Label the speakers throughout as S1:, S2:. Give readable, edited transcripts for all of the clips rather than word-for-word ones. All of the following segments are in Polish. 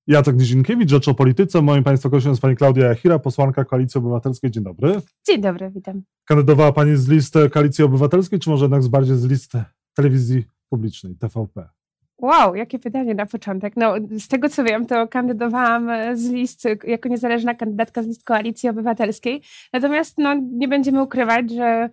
S1: Jacek Nizinkiewicz, Rzecz o Polityce. Moim Państwa gościem jest pani Klaudia Jachira, posłanka Koalicji Obywatelskiej. Dzień dobry.
S2: Dzień dobry, witam.
S1: Kandydowała pani z list Koalicji Obywatelskiej, czy może jednak bardziej z list telewizji publicznej, TVP?
S2: Wow, jakie pytanie na początek. No, z tego co wiem, to kandydowałam z list, jako niezależna kandydatka z list Koalicji Obywatelskiej. Natomiast no, nie będziemy ukrywać, że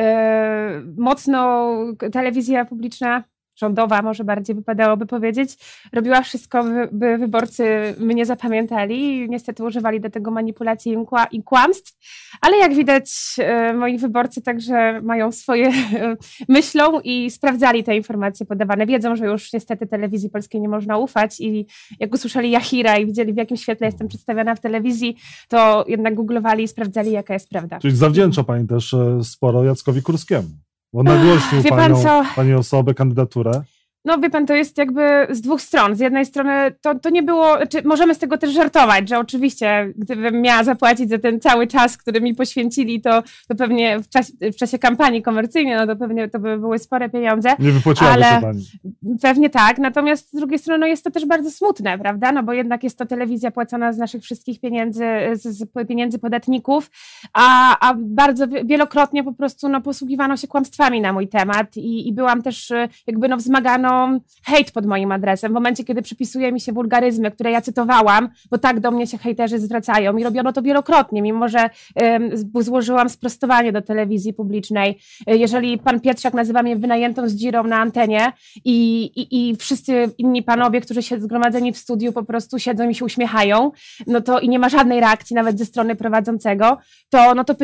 S2: mocno telewizja publiczna, rządowa może bardziej wypadałoby powiedzieć, robiła wszystko, by wyborcy mnie zapamiętali i niestety używali do tego manipulacji i kłamstw, ale jak widać moi wyborcy także mają swoje, myślą i sprawdzali te informacje podawane, wiedzą, że już niestety telewizji polskiej nie można ufać i jak usłyszeli Jachira i widzieli, w jakim świetle jestem przedstawiana w telewizji, to jednak googlowali i sprawdzali, jaka jest prawda.
S1: Czyli zawdzięcza pani też sporo Jackowi Kurskiemu. Bo nagłośnił pani osobę, kandydaturę.
S2: No wie pan, to jest jakby z dwóch stron. Z jednej strony to nie było, możemy z tego też żartować, że oczywiście gdybym miała zapłacić za ten cały czas, który mi poświęcili, to pewnie w czasie kampanii komercyjnej, no to pewnie to by były spore pieniądze.
S1: Nie wypłaciłaby się pani.
S2: Pewnie tak, natomiast z drugiej strony no jest to też bardzo smutne, prawda, no bo jednak jest to telewizja płacona z naszych wszystkich pieniędzy, z pieniędzy podatników, a bardzo wielokrotnie po prostu no, posługiwano się kłamstwami na mój temat i byłam też jakby no wzmagano hejt pod moim adresem. W momencie, kiedy przypisuje mi się wulgaryzmy, które ja cytowałam, bo tak do mnie się hejterzy zwracają i robiono to wielokrotnie, mimo że złożyłam sprostowanie do telewizji publicznej. Jeżeli pan Pietrzak nazywa mnie wynajętą z dzirą na antenie i wszyscy inni panowie, którzy się zgromadzeni w studiu po prostu siedzą i się uśmiechają, no to i nie ma żadnej reakcji nawet ze strony prowadzącego, to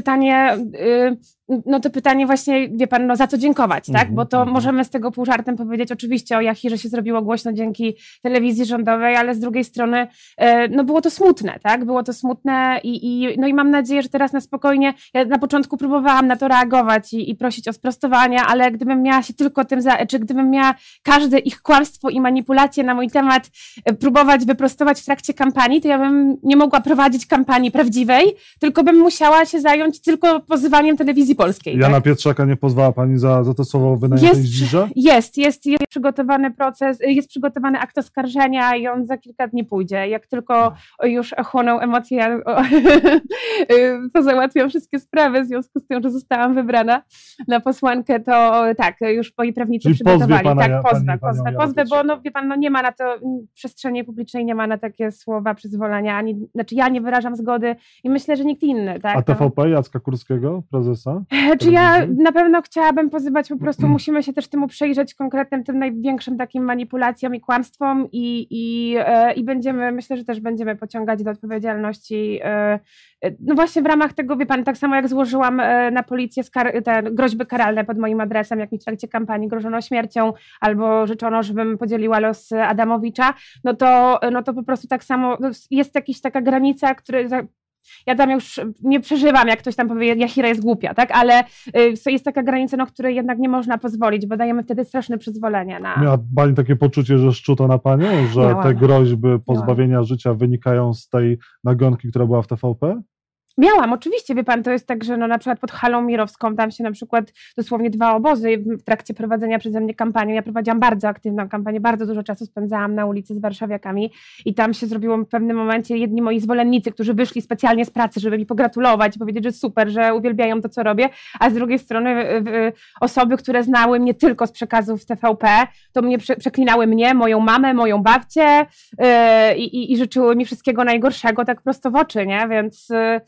S2: pytanie właśnie, wie pan, no za co dziękować, tak? Bo to możemy z tego pół żartem powiedzieć, oczywiście o Jachirze się zrobiło głośno dzięki telewizji rządowej, ale z drugiej strony, no było to smutne, tak? Było to smutne i mam nadzieję, że teraz na spokojnie, ja na początku próbowałam na to reagować i prosić o sprostowanie, ale gdybym miała się tylko tym, czy gdybym miała każde ich kłamstwo i manipulacje na mój temat próbować wyprostować w trakcie kampanii, to ja bym nie mogła prowadzić kampanii prawdziwej, tylko bym musiała się zająć tylko pozywaniem telewizji polskiej.
S1: Jana tak? Pietrzaka nie pozwała pani za to słowo wynajętej z dzirze?
S2: Jest przygotowany proces, jest przygotowany akt oskarżenia i on za kilka dni pójdzie. Jak tylko już ochłoną emocje, to załatwiam wszystkie sprawy w związku z tym, że zostałam wybrana na posłankę, to tak, już moi prawnicy przygotowali. Pozwę, bo no, wie pan, no nie ma na to, w przestrzeni publicznej nie ma na takie słowa przyzwolenia, znaczy ja nie wyrażam zgody i myślę, że nikt inny. Tak?
S1: A TVP Jacka Kurskiego, prezesa?
S2: Czy ja na pewno chciałabym pozywać, po prostu musimy się też temu przyjrzeć konkretnym, tym największym takim manipulacjom i kłamstwom i będziemy, myślę, że też będziemy pociągać do odpowiedzialności, no właśnie w ramach tego, wie pan, tak samo jak złożyłam na policję te groźby karalne pod moim adresem, jak mi w trakcie kampanii grożono śmiercią albo życzono, żebym podzieliła los Adamowicza, no to po prostu tak samo jest jakaś taka granica, ja tam już nie przeżywam, jak ktoś tam powie, Jachira jest głupia, tak? Ale jest taka granica, no, której jednak nie można pozwolić, bo dajemy wtedy straszne przyzwolenie na...
S1: Miała pani takie poczucie, że szczuto na panią, że te groźby pozbawienia życia wynikają z tej nagonki, która była w TVP?
S2: Miałam, oczywiście, wie pan, to jest tak, że no, na przykład pod Halą Mirowską, tam się na przykład dosłownie 2 obozy w trakcie prowadzenia przeze mnie kampanii. Ja prowadziłam bardzo aktywną kampanię, bardzo dużo czasu spędzałam na ulicy z warszawiakami i tam się zrobiło w pewnym momencie jedni moi zwolennicy, którzy wyszli specjalnie z pracy, żeby mi pogratulować i powiedzieć, że super, że uwielbiają to, co robię, a z drugiej strony osoby, które znały mnie tylko z przekazów TVP, to mnie przeklinały mnie, moją mamę, moją babcię i życzyły mi wszystkiego najgorszego tak prosto w oczy, nie? Więc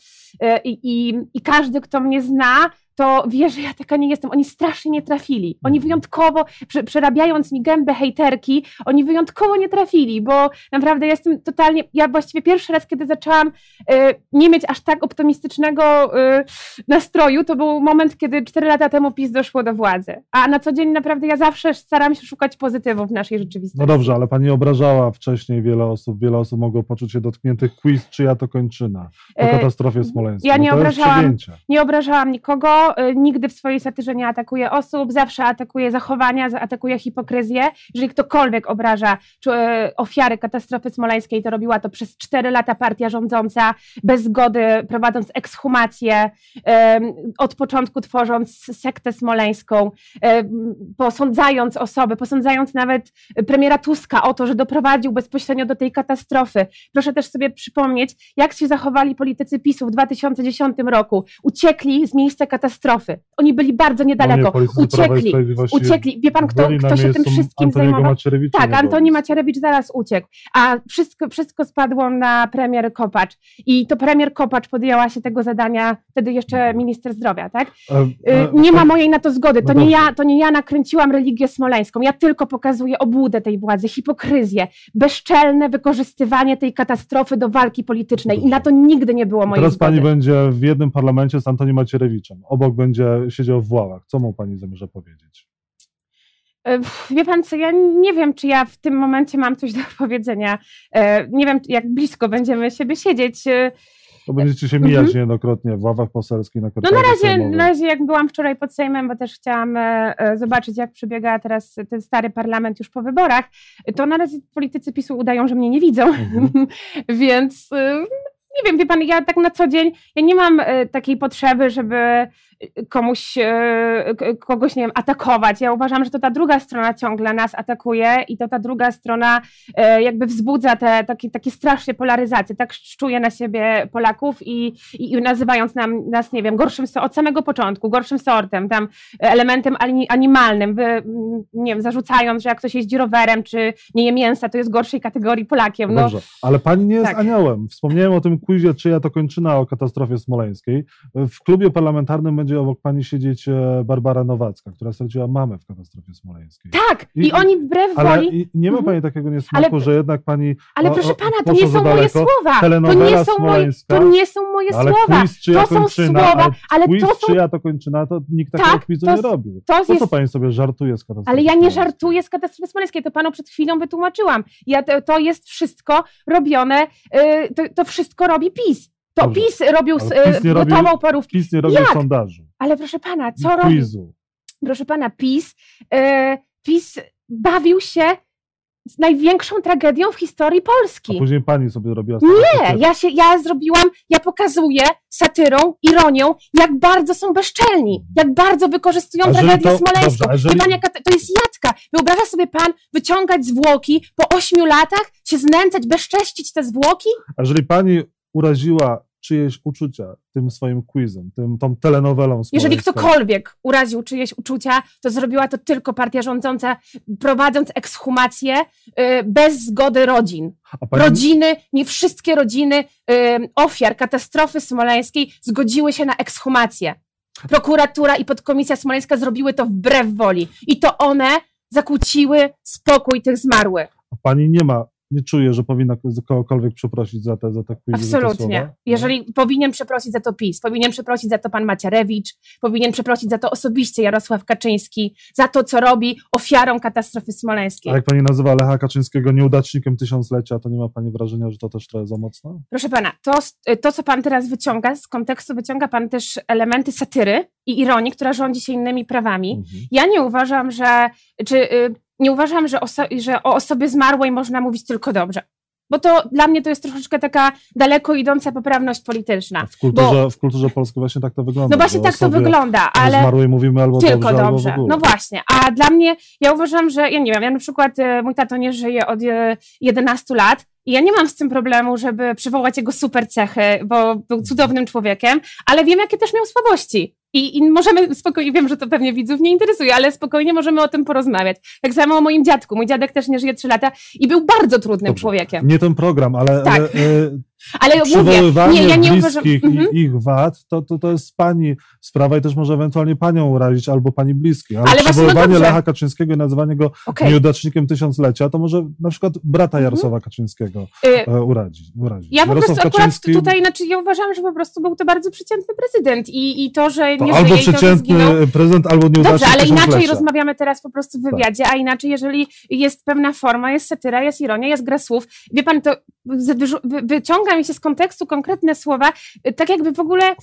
S2: i każdy, kto mnie zna, to wie, że ja taka nie jestem. Oni strasznie nie trafili. Oni wyjątkowo, przerabiając mi gębę hejterki, oni wyjątkowo nie trafili, bo naprawdę jestem totalnie, ja właściwie pierwszy raz, kiedy zaczęłam nie mieć aż tak optymistycznego nastroju, to był moment, kiedy 4 lata temu PiS doszło do władzy. A na co dzień naprawdę ja zawsze staram się szukać pozytywów w naszej rzeczywistości.
S1: No dobrze, ale pani obrażała wcześniej wiele osób mogło poczuć się dotkniętych. Quiz, czyja to kończyna po katastrofie smoleńskiej.
S2: Ja nie obrażałam nikogo. nigdy w swojej satyrze nie atakuje osób, zawsze atakuje zachowania, atakuje hipokryzję. Jeżeli ktokolwiek obraża ofiary katastrofy smoleńskiej, to robiła to przez 4 lata partia rządząca, bez zgody, prowadząc ekshumację, od początku tworząc sektę smoleńską, posądzając osoby, posądzając nawet premiera Tuska o to, że doprowadził bezpośrednio do tej katastrofy. Proszę też sobie przypomnieć, jak się zachowali politycy PiS-u w 2010 roku. Uciekli z miejsca katastrofy. Oni byli bardzo niedaleko. Uciekli. Wie pan, kto się tym wszystkim zajmował? Tak, Antoni Macierewicz zaraz uciekł. A wszystko spadło na premier Kopacz. I to premier Kopacz podjęła się tego zadania, wtedy jeszcze minister zdrowia, tak? Nie ma mojej na to zgody. To nie ja nakręciłam religię smoleńską. Ja tylko pokazuję obłudę tej władzy, hipokryzję, bezczelne wykorzystywanie tej katastrofy do walki politycznej. I na to nigdy nie było mojej zgody.
S1: Teraz pani będzie w jednym parlamencie z Antonim Macierewiczem. Obok będzie siedział w ławach. Co mu pani zamierza powiedzieć?
S2: Wie pan co, ja nie wiem, czy ja w tym momencie mam coś do powiedzenia. Nie wiem, jak blisko będziemy siebie siedzieć.
S1: To będziecie się mijać niejednokrotnie w ławach poselskich. Na
S2: razie jak byłam wczoraj pod Sejmem, bo też chciałam zobaczyć, jak przebiega teraz ten stary parlament już po wyborach, to na razie politycy PiS-u udają, że mnie nie widzą. Więc nie wiem, wie pan, ja tak na co dzień, ja nie mam takiej potrzeby, żeby kogoś, nie wiem, atakować. Ja uważam, że to ta druga strona ciągle nas atakuje i to ta druga strona jakby wzbudza takie strasznie polaryzacje, tak szczuje na siebie Polaków i nazywając nas, nie wiem, od samego początku, gorszym sortem, tam elementem animalnym, nie wiem, zarzucając, że jak ktoś jeździ rowerem, czy nie je mięsa, to jest gorszej kategorii Polakiem.
S1: Dobrze, ale pani nie jest aniołem. Wspomniałem o tym quizie, czyja to kończyna o katastrofie smoleńskiej. W klubie parlamentarnym będzie obok pani siedzieć Barbara Nowacka, która straciła mamę w katastrofie smoleńskiej.
S2: Tak, i oni wbrew woli...
S1: Ale nie ma pani takiego niesmaku, że jednak pani...
S2: Ale proszę pana, to nie są moje słowa. To nie są moje słowa. To są słowa, ale to są...
S1: czyja to kończyna, to nikt takiego quizu nie robił. Co pani sobie żartuje z katastrofy
S2: Ale ja nie żartuję z katastrofy smoleńskiej, to panu przed chwilą wytłumaczyłam. To jest wszystko robione, to wszystko robi PiS. To dobrze, PiS robił gotową parówkę.
S1: PiS nie robił sondażu.
S2: Ale proszę pana, co robi? Proszę pana, PiS bawił się z największą tragedią w historii Polski.
S1: A później pani sobie robiła
S2: Nie, ja pokazuję satyrą, ironią, jak bardzo są bezczelni, jak bardzo wykorzystują tragedię smoleńską. To jest jadka. Wyobraża sobie pan wyciągać zwłoki po 8 latach, się znęcać, bezcześcić te zwłoki?
S1: A jeżeli pani uraziła czyjeś uczucia tym swoim quizem, tą telenowelą smoleńską.
S2: Jeżeli ktokolwiek uraził czyjeś uczucia, to zrobiła to tylko partia rządząca, prowadząc ekshumację bez zgody rodzin. Rodziny, nie wszystkie rodziny ofiar katastrofy smoleńskiej zgodziły się na ekshumację. Prokuratura i podkomisja smoleńska zrobiły to wbrew woli. I to one zakłóciły spokój tych zmarłych.
S1: A pani nie czuje, że powinna kogokolwiek przeprosić za te quizy?
S2: Absolutnie. Jeżeli powinien przeprosić za to PiS, powinien przeprosić za to pan Macierewicz, powinien przeprosić za to osobiście Jarosław Kaczyński, za to, co robi ofiarom katastrofy smoleńskiej.
S1: A jak pani nazywa Lecha Kaczyńskiego nieudacznikiem tysiąclecia, to nie ma pani wrażenia, że to też trochę za mocno?
S2: Proszę pana, to co pan teraz wyciąga, z kontekstu wyciąga pan też elementy satyry i ironii, która rządzi się innymi prawami. Ja nie uważam, że o osobie zmarłej można mówić tylko dobrze. Bo to dla mnie to jest troszeczkę taka daleko idąca poprawność polityczna.
S1: W kulturze polskiej właśnie tak to wygląda.
S2: No właśnie tak to wygląda, ale
S1: zmarłej mówimy albo
S2: tylko
S1: dobrze.
S2: Albo w ogóle. No właśnie, a dla mnie, ja uważam, że ja nie wiem, ja na przykład mój tato nie żyje od 11 lat i ja nie mam z tym problemu, żeby przywołać jego super cechy, bo był cudownym człowiekiem, ale wiem, jakie też miał słabości. I możemy spokojnie, wiem, że to pewnie widzów nie interesuje, ale spokojnie możemy o tym porozmawiać. Tak samo o moim dziadku. Mój dziadek też nie żyje 3 lata i był bardzo trudnym człowiekiem.
S1: Nie ten program, ale,
S2: tak.
S1: ale przywoływanie bliskich i ich wad, to jest pani sprawa i też może ewentualnie panią urazić albo pani bliskich. Ale przywoływanie Lecha Kaczyńskiego i nazywanie go nieudacznikiem tysiąclecia, to może na przykład brata Jarosława Kaczyńskiego urazić.
S2: Ja po prostu akurat tutaj, ja uważam, że po prostu był to bardzo przeciętny prezydent i to, że nie
S1: albo przeciętny prezydent, albo nieudacznik.
S2: Dobrze, ale inaczej rozmawiamy teraz po prostu w wywiadzie, a inaczej, jeżeli jest pewna forma, jest satyra, jest ironia, jest gra słów. Wie pan, to wyciąga mi się z kontekstu konkretne słowa, tak jakby w ogóle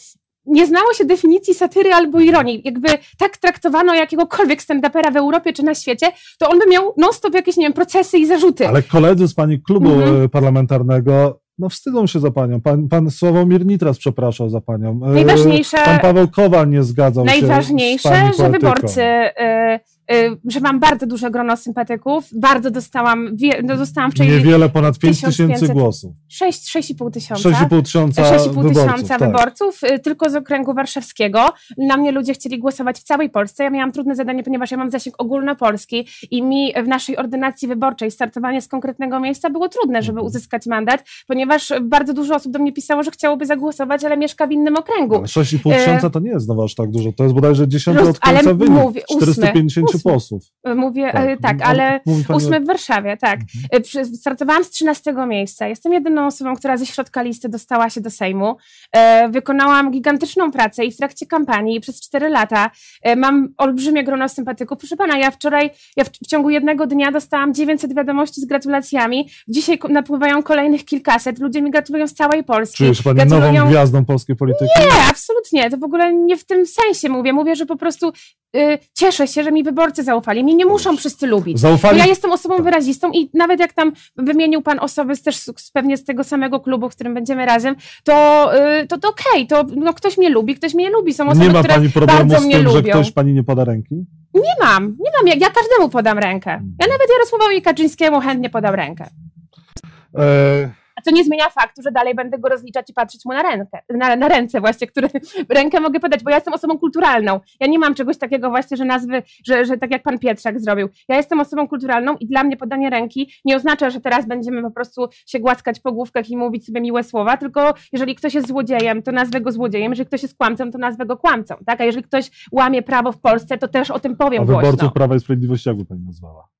S2: nie znało się definicji satyry albo ironii. Jakby tak traktowano jakiegokolwiek stand-upera w Europie czy na świecie, to on by miał non-stop jakieś, nie wiem, procesy i zarzuty.
S1: Ale koledzy z pani klubu parlamentarnego wstydzą się za panią. Pan Sławomir Nitras przepraszał za panią.
S2: Najważniejsze...
S1: Pan Paweł Kowal nie zgadzał się z pani
S2: Najważniejsze, że wyborcy... że mam bardzo duże grono sympatyków, bardzo dostałam wczoraj...
S1: Niewiele, ponad 5,000 głosów.
S2: 6,5 tysiąca wyborców, tylko z okręgu warszawskiego. Na mnie ludzie chcieli głosować w całej Polsce. Ja miałam trudne zadanie, ponieważ ja mam zasięg ogólnopolski i mi w naszej ordynacji wyborczej startowanie z konkretnego miejsca było trudne, żeby uzyskać mandat, ponieważ bardzo dużo osób do mnie pisało, że chciałoby zagłosować, ale mieszka w innym okręgu. Ale
S1: 6,5 tysiąca to nie jest znowu aż tak dużo. To jest bodajże 10 od końca wynik. 450 posłów.
S2: Mówię, tak, ale 8 w Warszawie, tak. Startowałam z 13 miejsca. Jestem jedyną osobą, która ze środka listy dostała się do Sejmu. Wykonałam gigantyczną pracę i w trakcie kampanii i przez 4 lata mam olbrzymie grono sympatyków. Proszę pana, ja w ciągu jednego dnia dostałam 900 wiadomości z gratulacjami. Dzisiaj napływają kolejnych kilkaset. Ludzie mi gratulują z całej Polski.
S1: Czujesz pani nową gwiazdą polskiej polityki?
S2: Nie, absolutnie. To w ogóle nie w tym sensie mówię. Mówię, że po prostu cieszę się, że mi wyborcy zaufali. Mnie nie muszą wszyscy lubić. Ja jestem osobą wyrazistą i nawet jak tam wymienił pan osoby też pewnie z tego samego klubu, w którym będziemy razem, to okej, to ktoś mnie lubi, ktoś mnie nie lubi. Są osoby,
S1: nie ma
S2: które
S1: pani problemu
S2: bardzo
S1: z
S2: mnie
S1: tym,
S2: lubią.
S1: że ktoś pani nie poda ręki?
S2: Nie mam. Ja każdemu podam rękę. Ja nawet Jarosławowi Kaczyńskiemu chętnie podam rękę. A co nie zmienia faktu, że dalej będę go rozliczać i patrzeć mu na ręce właśnie, które rękę mogę podać, bo ja jestem osobą kulturalną. Ja nie mam czegoś takiego właśnie, że tak jak pan Pietrzak zrobił. Ja jestem osobą kulturalną i dla mnie podanie ręki nie oznacza, że teraz będziemy po prostu się głaskać po główkach i mówić sobie miłe słowa, tylko jeżeli ktoś jest złodziejem, to nazwę go złodziejem, jeżeli ktoś jest kłamcą, to nazwę go kłamcą, tak? A jeżeli ktoś łamie prawo w Polsce, to też o tym powiem głośno.
S1: A wyborców Prawa i Sprawiedliwości jak by pani nazwała?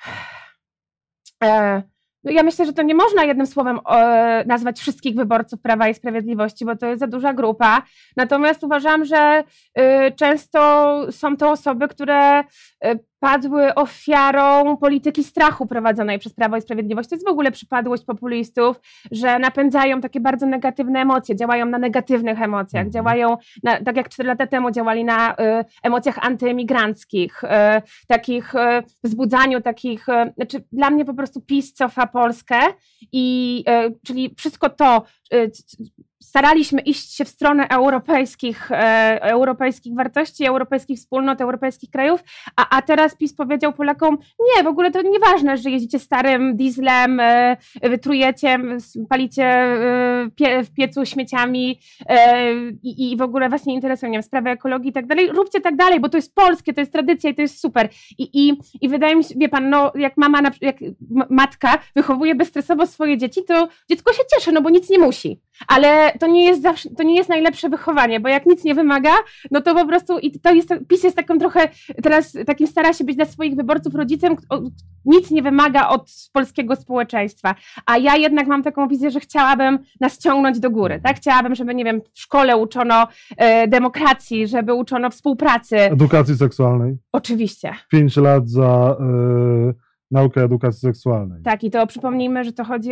S2: Ja myślę, że to nie można jednym słowem nazwać wszystkich wyborców Prawa i Sprawiedliwości, bo to jest za duża grupa. Natomiast uważam, że często są to osoby, które padły ofiarą polityki strachu prowadzonej przez Prawo i Sprawiedliwość. To jest w ogóle przypadłość populistów, że napędzają takie bardzo negatywne emocje, działają na negatywnych emocjach, działają, tak jak 4 lata temu działali na emocjach antyemigranckich, takich wzbudzaniu takich, znaczy dla mnie po prostu PiS cofa Polskę i czyli wszystko to, staraliśmy iść się w stronę europejskich wartości, europejskich wspólnot, europejskich krajów, a teraz PiS powiedział Polakom, nie, w ogóle to nieważne, że jeździcie starym dieslem, wytrujecie, palicie w piecu śmieciami i w ogóle was nie interesują, nie wiem, sprawy ekologii i tak dalej, róbcie tak dalej, bo to jest polskie, to jest tradycja i to jest super. I wydaje mi się, wie pan, jak matka wychowuje bezstresowo swoje dzieci, to dziecko się cieszy, bo nic nie musi. Ale to nie jest najlepsze wychowanie, bo jak nic nie wymaga, no to po prostu PiS jest taką trochę, teraz takim stara się być dla swoich wyborców rodzicem, nic nie wymaga od polskiego społeczeństwa, a ja jednak mam taką wizję, że chciałabym nas ciągnąć do góry, tak? Chciałabym, żeby, nie wiem, w szkole uczono demokracji, żeby uczono współpracy.
S1: Edukacji seksualnej.
S2: Oczywiście.
S1: 5 lat za naukę edukacji seksualnej.
S2: Tak, i to przypomnijmy, że to chodzi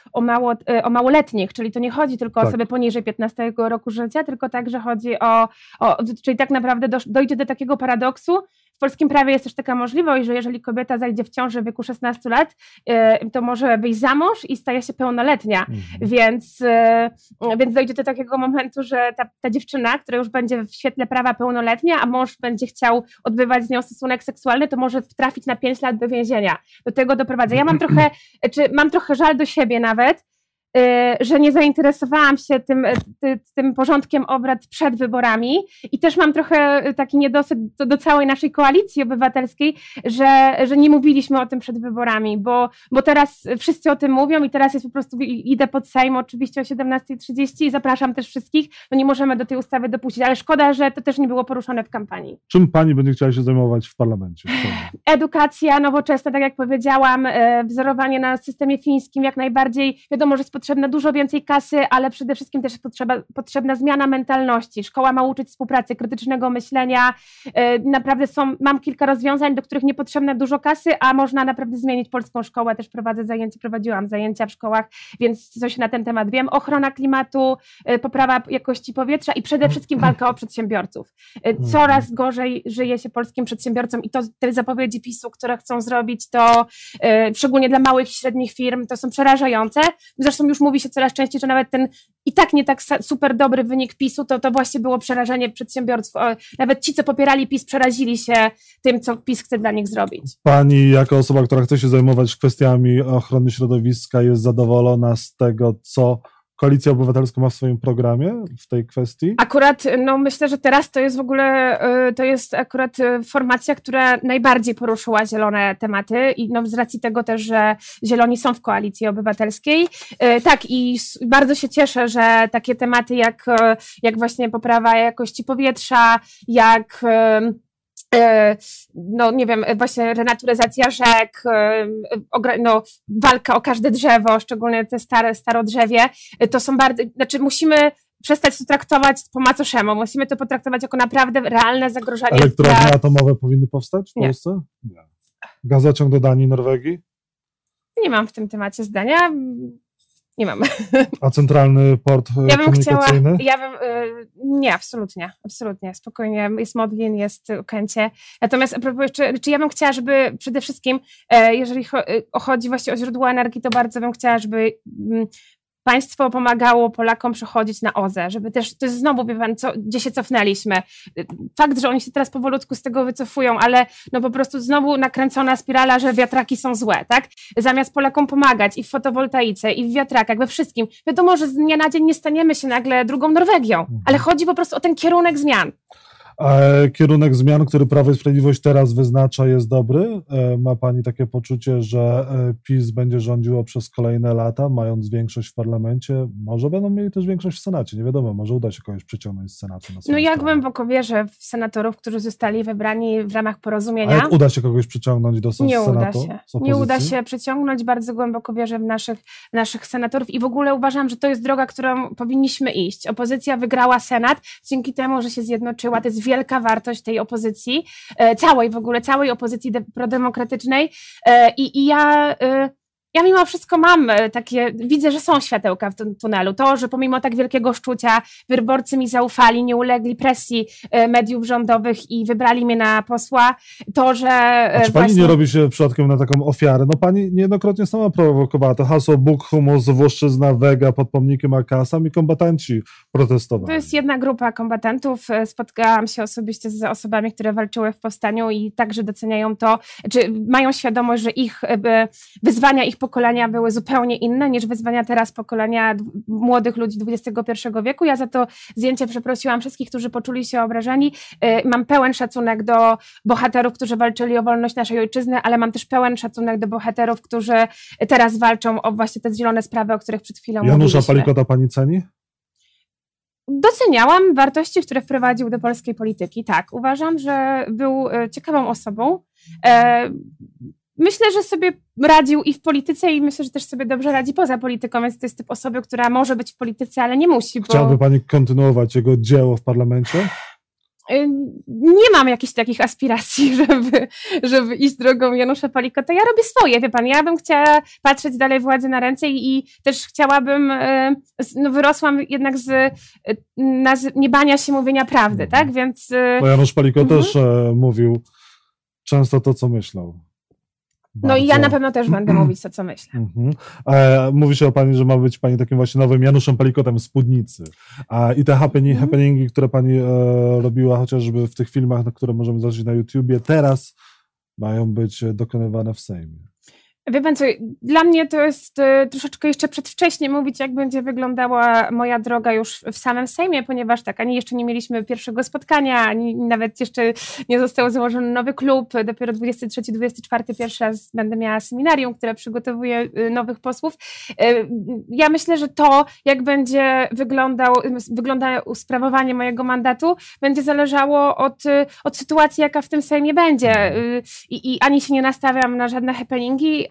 S2: o małoletnich, czyli to nie chodzi tylko o osoby poniżej 15 roku życia, tylko także chodzi czyli tak naprawdę dojdzie do takiego paradoksu. W polskim prawie jest też taka możliwość, że jeżeli kobieta zajdzie w ciąży w wieku 16 lat, to może wyjść za mąż i staje się pełnoletnia, więc dojdzie do takiego momentu, że ta dziewczyna, która już będzie w świetle prawa pełnoletnia, a mąż będzie chciał odbywać z nią stosunek seksualny, to może trafić na 5 lat do więzienia. Do tego doprowadzę. Ja mam trochę żal do siebie nawet, że nie zainteresowałam się tym porządkiem obrad przed wyborami i też mam trochę taki niedosyt do całej naszej koalicji obywatelskiej, że nie mówiliśmy o tym przed wyborami, bo teraz wszyscy o tym mówią i teraz jest po prostu, idę pod Sejm oczywiście o 17:30 i zapraszam też wszystkich, nie możemy do tej ustawy dopuścić, ale szkoda, że to też nie było poruszone w kampanii.
S1: Czym pani będzie chciała się zajmować w parlamencie?
S2: Edukacja nowoczesna, tak jak powiedziałam, wzorowanie na systemie fińskim, jak najbardziej, wiadomo, że potrzebna dużo więcej kasy, ale przede wszystkim też jest potrzebna zmiana mentalności. Szkoła ma uczyć współpracy, krytycznego myślenia. Naprawdę mam kilka rozwiązań, do których nie potrzebne dużo kasy, a można naprawdę zmienić polską szkołę. Też prowadziłam zajęcia w szkołach, więc coś na ten temat wiem. Ochrona klimatu, poprawa jakości powietrza i przede wszystkim walka o przedsiębiorców. Coraz gorzej żyje się polskim przedsiębiorcom i to te zapowiedzi PiS-u, które chcą zrobić, to szczególnie dla małych i średnich firm, to są przerażające. Zresztą już mówi się coraz częściej, że nawet ten i tak nie tak super dobry wynik PiS-u, to właśnie było przerażenie przedsiębiorców. Nawet ci, co popierali PiS, przerazili się tym, co PiS chce dla nich zrobić.
S1: Pani, jako osoba, która chce się zajmować kwestiami ochrony środowiska, jest zadowolona z tego, co Koalicja Obywatelska ma w swoim programie w tej kwestii?
S2: Akurat, myślę, że teraz to jest w ogóle, to jest akurat formacja, która najbardziej poruszyła zielone tematy i z racji tego też, że zieloni są w Koalicji Obywatelskiej. Tak, i bardzo się cieszę, że takie tematy jak właśnie poprawa jakości powietrza, jak nie wiem, właśnie renaturyzacja rzek, walka o każde drzewo, szczególnie te starodrzewie, to są musimy przestać to traktować po macoszemu, musimy to potraktować jako naprawdę realne zagrożenie.
S1: Elektrownie atomowe powinny powstać w Polsce? Nie. Gazociąg do Danii, Norwegii?
S2: Nie mam w tym temacie zdania. Nie mam.
S1: A centralny port komunikacyjny?
S2: Nie, absolutnie. Spokojnie, jest Modlin, jest Okęcie. Natomiast a propos jeszcze, ja bym chciała, żeby przede wszystkim, jeżeli chodzi właśnie o źródła energii, to bardzo bym chciała, żeby państwo pomagało Polakom przechodzić na OZE, żeby też, to jest znowu, wie pan, gdzie się cofnęliśmy. Fakt, że oni się teraz powolutku z tego wycofują, ale po prostu znowu nakręcona spirala, że wiatraki są złe, tak? Zamiast Polakom pomagać i w fotowoltaice, i w wiatrakach, we wszystkim. Wiadomo, że z dnia na dzień nie staniemy się nagle drugą Norwegią, ale chodzi po prostu o ten kierunek zmian.
S1: Kierunek zmian, który Prawo i Sprawiedliwość teraz wyznacza, jest dobry? Ma pani takie poczucie, że PiS będzie rządziło przez kolejne lata, mając większość w parlamencie? Może będą mieli też większość w Senacie, nie wiadomo, może uda się kogoś przyciągnąć z Senatu.
S2: Ja głęboko wierzę w senatorów, którzy zostali wybrani w ramach porozumienia.
S1: A jak uda się kogoś przyciągnąć do Senatu?
S2: Nie uda się przyciągnąć, bardzo głęboko wierzę w naszych senatorów i w ogóle uważam, że to jest droga, którą powinniśmy iść. Opozycja wygrała Senat dzięki temu, że się zjednoczyła, to jest wielka wartość tej opozycji, całej opozycji prodemokratycznej i ja mimo wszystko widzę, że są światełka w tym tunelu. To, że pomimo tak wielkiego szczucia wyborcy mi zaufali, nie ulegli presji mediów rządowych i wybrali mnie na posła, to, że...
S1: Czy pani nie robi się przypadkiem na taką ofiarę? Pani niejednokrotnie sama prowokowała to hasło Bóg, humus, Włoszczyzna, Wega pod pomnikiem AK, sami kombatanci protestowali.
S2: To jest jedna grupa kombatantów. Spotkałam się osobiście z osobami, które walczyły w powstaniu i także doceniają to, czy mają świadomość, że ich wyzwania, ich pokolenia były zupełnie inne niż wyzwania teraz pokolenia młodych ludzi XXI wieku. Ja za to zdjęcie przeprosiłam wszystkich, którzy poczuli się obrażeni. Mam pełen szacunek do bohaterów, którzy walczyli o wolność naszej ojczyzny, ale mam też pełen szacunek do bohaterów, którzy teraz walczą o właśnie te zielone sprawy, o których przed chwilą mówiliśmy.
S1: Janusza Palikota pani ceni?
S2: Doceniałam wartości, które wprowadził do polskiej polityki. Tak, uważam, że był ciekawą osobą. Myślę, że sobie radził i w polityce i myślę, że też sobie dobrze radzi poza polityką, więc to jest typ osoby, która może być w polityce, ale nie musi.
S1: Chciałaby pani kontynuować jego dzieło w parlamencie?
S2: Nie mam jakichś takich aspiracji, żeby iść drogą Janusza Palikota. Ja robię swoje, wie pan, ja bym chciała patrzeć dalej władzy na ręce i też chciałabym, wyrosłam jednak z niebania się mówienia prawdy, tak, więc...
S1: Bo Janusz Palikot też mówił często to, co myślał.
S2: Bardzo. I ja na pewno też będę mówić to, co myślę.
S1: Mówi się o pani, że ma być pani takim właśnie nowym Januszem Palikotem Spódnicy. I te happeningi, które pani robiła chociażby w tych filmach, na które możemy zobaczyć na YouTubie, teraz mają być dokonywane w Sejmie.
S2: Wie pan co, dla mnie to jest troszeczkę jeszcze przedwcześnie mówić, jak będzie wyglądała moja droga już w samym Sejmie, ponieważ tak, ani jeszcze nie mieliśmy pierwszego spotkania, ani nawet jeszcze nie został założony nowy klub, dopiero 23-24 pierwszy raz będę miała seminarium, które przygotowuje nowych posłów. Ja myślę, że to, jak będzie wygląda sprawowanie mojego mandatu, będzie zależało od sytuacji, jaka w tym Sejmie będzie. I ani się nie nastawiam na żadne happeningi,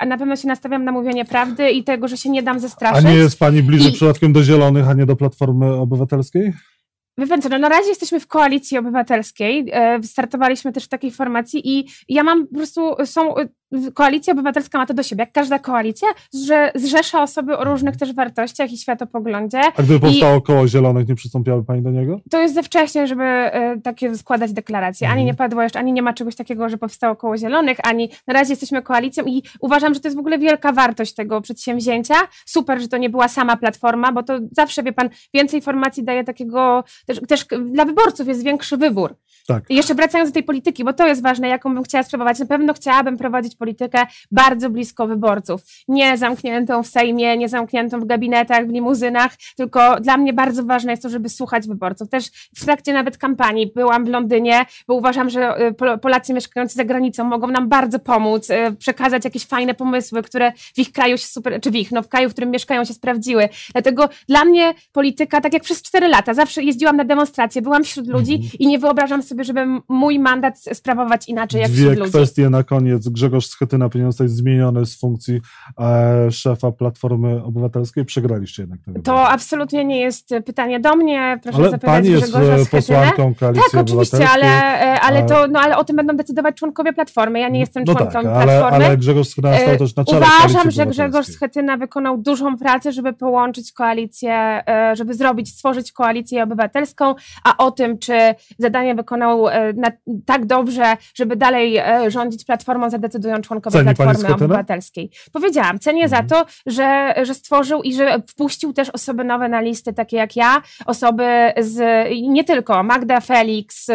S2: na pewno się nastawiam na mówienie prawdy i tego, że się nie dam zestraszyć.
S1: A nie jest pani bliżej przypadkiem do Zielonych, a nie do Platformy Obywatelskiej?
S2: Wie pan co, no na razie jesteśmy w Koalicji Obywatelskiej, startowaliśmy też w takiej formacji i ja mam po prostu, Koalicja Obywatelska ma to do siebie, jak każda koalicja, że zrzesza osoby o różnych też wartościach i światopoglądzie.
S1: A gdyby powstało koło Zielonych, nie przystąpiłaby pani do niego?
S2: To jest za wcześnie, żeby takie składać deklaracje. Ani nie padło jeszcze, ani nie ma czegoś takiego, że powstało koło Zielonych, ani na razie jesteśmy koalicją i uważam, że to jest w ogóle wielka wartość tego przedsięwzięcia. Super, że to nie była sama Platforma, bo to zawsze, wie pan, więcej informacji daje takiego, też dla wyborców jest większy wybór.
S1: Tak.
S2: I jeszcze wracając do tej polityki, bo to jest ważne, jaką bym chciała sprawować. Na pewno chciałabym prowadzić politykę bardzo blisko wyborców. Nie zamkniętą w Sejmie, nie zamkniętą w gabinetach, w limuzynach, tylko dla mnie bardzo ważne jest to, żeby słuchać wyborców. Też w trakcie nawet kampanii byłam w Londynie, bo uważam, że Polacy mieszkający za granicą mogą nam bardzo pomóc, przekazać jakieś fajne pomysły, które w ich kraju się w kraju, w którym mieszkają, się sprawdziły. Dlatego dla mnie polityka, tak jak przez 4 lata, zawsze jeździłam na demonstracje, byłam wśród ludzi i nie wyobrażam sobie, żeby mój mandat sprawować inaczej jak wśród ludzi.
S1: Dwie kwestie na koniec. Grzegorz Schetyna powinien zostać zmieniony z funkcji szefa Platformy Obywatelskiej. Przegraliście jednak tego.
S2: To absolutnie nie jest pytanie do mnie. Proszę
S1: ale
S2: zapytać
S1: pani
S2: Grzegorza
S1: jest posłanką Koalicji
S2: Tak, oczywiście, ale o tym będą decydować członkowie Platformy. Ja nie jestem członkiem Platformy.
S1: Ale Grzegorz Schetyna stał też na czele
S2: Uważam, że Grzegorz Schetyna wykonał dużą pracę, żeby połączyć koalicję, żeby stworzyć koalicję obywatelską, a o tym, czy zadanie wykonał tak dobrze, żeby dalej rządzić Platformą, zadecydują członkowie Platformy Obywatelskiej. Powiedziałam, cenię za to, że stworzył i że wpuścił też osoby nowe na listy, takie jak ja, osoby nie tylko, Magda Felix,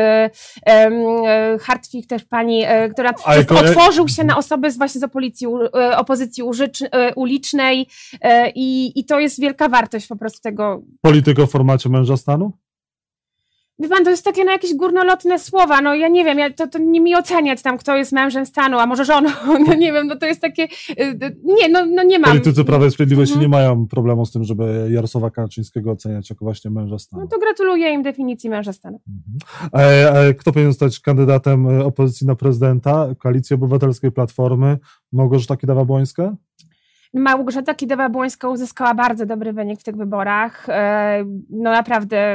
S2: Hartwig też pani, która otworzył się na osoby właśnie z opozycji ulicznej i to jest wielka wartość po prostu tego.
S1: Polityko w formacie męża stanu?
S2: Wie pan, to jest takie jakieś górnolotne słowa, no ja nie wiem, to nie mi oceniać tam, kto jest mężem stanu, a może żoną, no nie wiem, no to jest takie, nie mam.
S1: Politycy Prawa i Sprawiedliwości nie mają problemu z tym, żeby Jarosława Kaczyńskiego oceniać jako właśnie męża stanu.
S2: No to gratuluję im definicji męża stanu.
S1: Kto powinien zostać kandydatem opozycji na prezydenta, Koalicji Obywatelskiej, Platformy? Małgorzata Kidawa-Błońska?
S2: Małgorzata Kidawa-Błońska uzyskała bardzo dobry wynik w tych wyborach. No naprawdę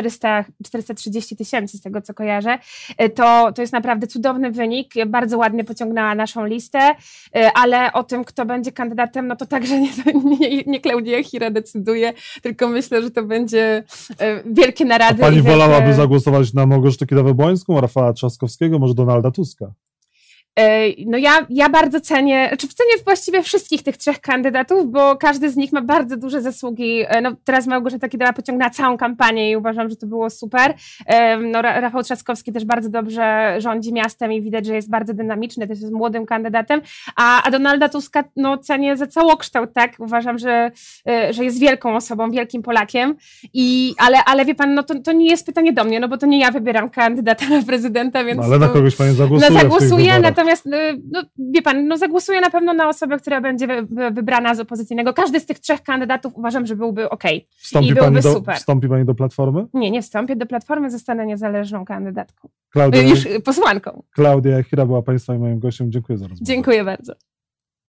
S2: 430 000 z tego, co kojarzę. To jest naprawdę cudowny wynik. Bardzo ładnie pociągnęła naszą listę, ale o tym, kto będzie kandydatem, no to także nie Klaudia Jachira decyduje, tylko myślę, że to będzie wielkie narady.
S1: A pani wolałaby zagłosować na Małgorzatę Kidawę-Błońską, Rafała Trzaskowskiego, może Donalda Tuska?
S2: No ja bardzo cenię właściwie wszystkich tych 3 kandydatów, bo każdy z nich ma bardzo duże zasługi. No teraz Małgorzata Kidawa pociągnęła całą kampanię i uważam, że to było super. No Rafał Trzaskowski też bardzo dobrze rządzi miastem i widać, że jest bardzo dynamiczny, też jest młodym kandydatem, a Donalda Tuska cenię za całokształt, tak? Uważam, że jest wielką osobą, wielkim Polakiem, ale wie pan, no to nie jest pytanie do mnie, no bo to nie ja wybieram kandydata na prezydenta, więc...
S1: No, ale na kogoś pani
S2: zagłosuje. Natomiast, wie pan, zagłosuję na pewno na osobę, która będzie wybrana z opozycyjnego. Każdy z tych 3 kandydatów uważam, że byłby okej. I byłby super.
S1: Wstąpi pani do Platformy?
S2: Nie wstąpię do Platformy, zostanę niezależną kandydatką.
S1: Klaudia,
S2: już posłanką.
S1: Klaudia Jachira była państwa i moim gościem. Dziękuję za rozmowę.
S2: Dziękuję bardzo.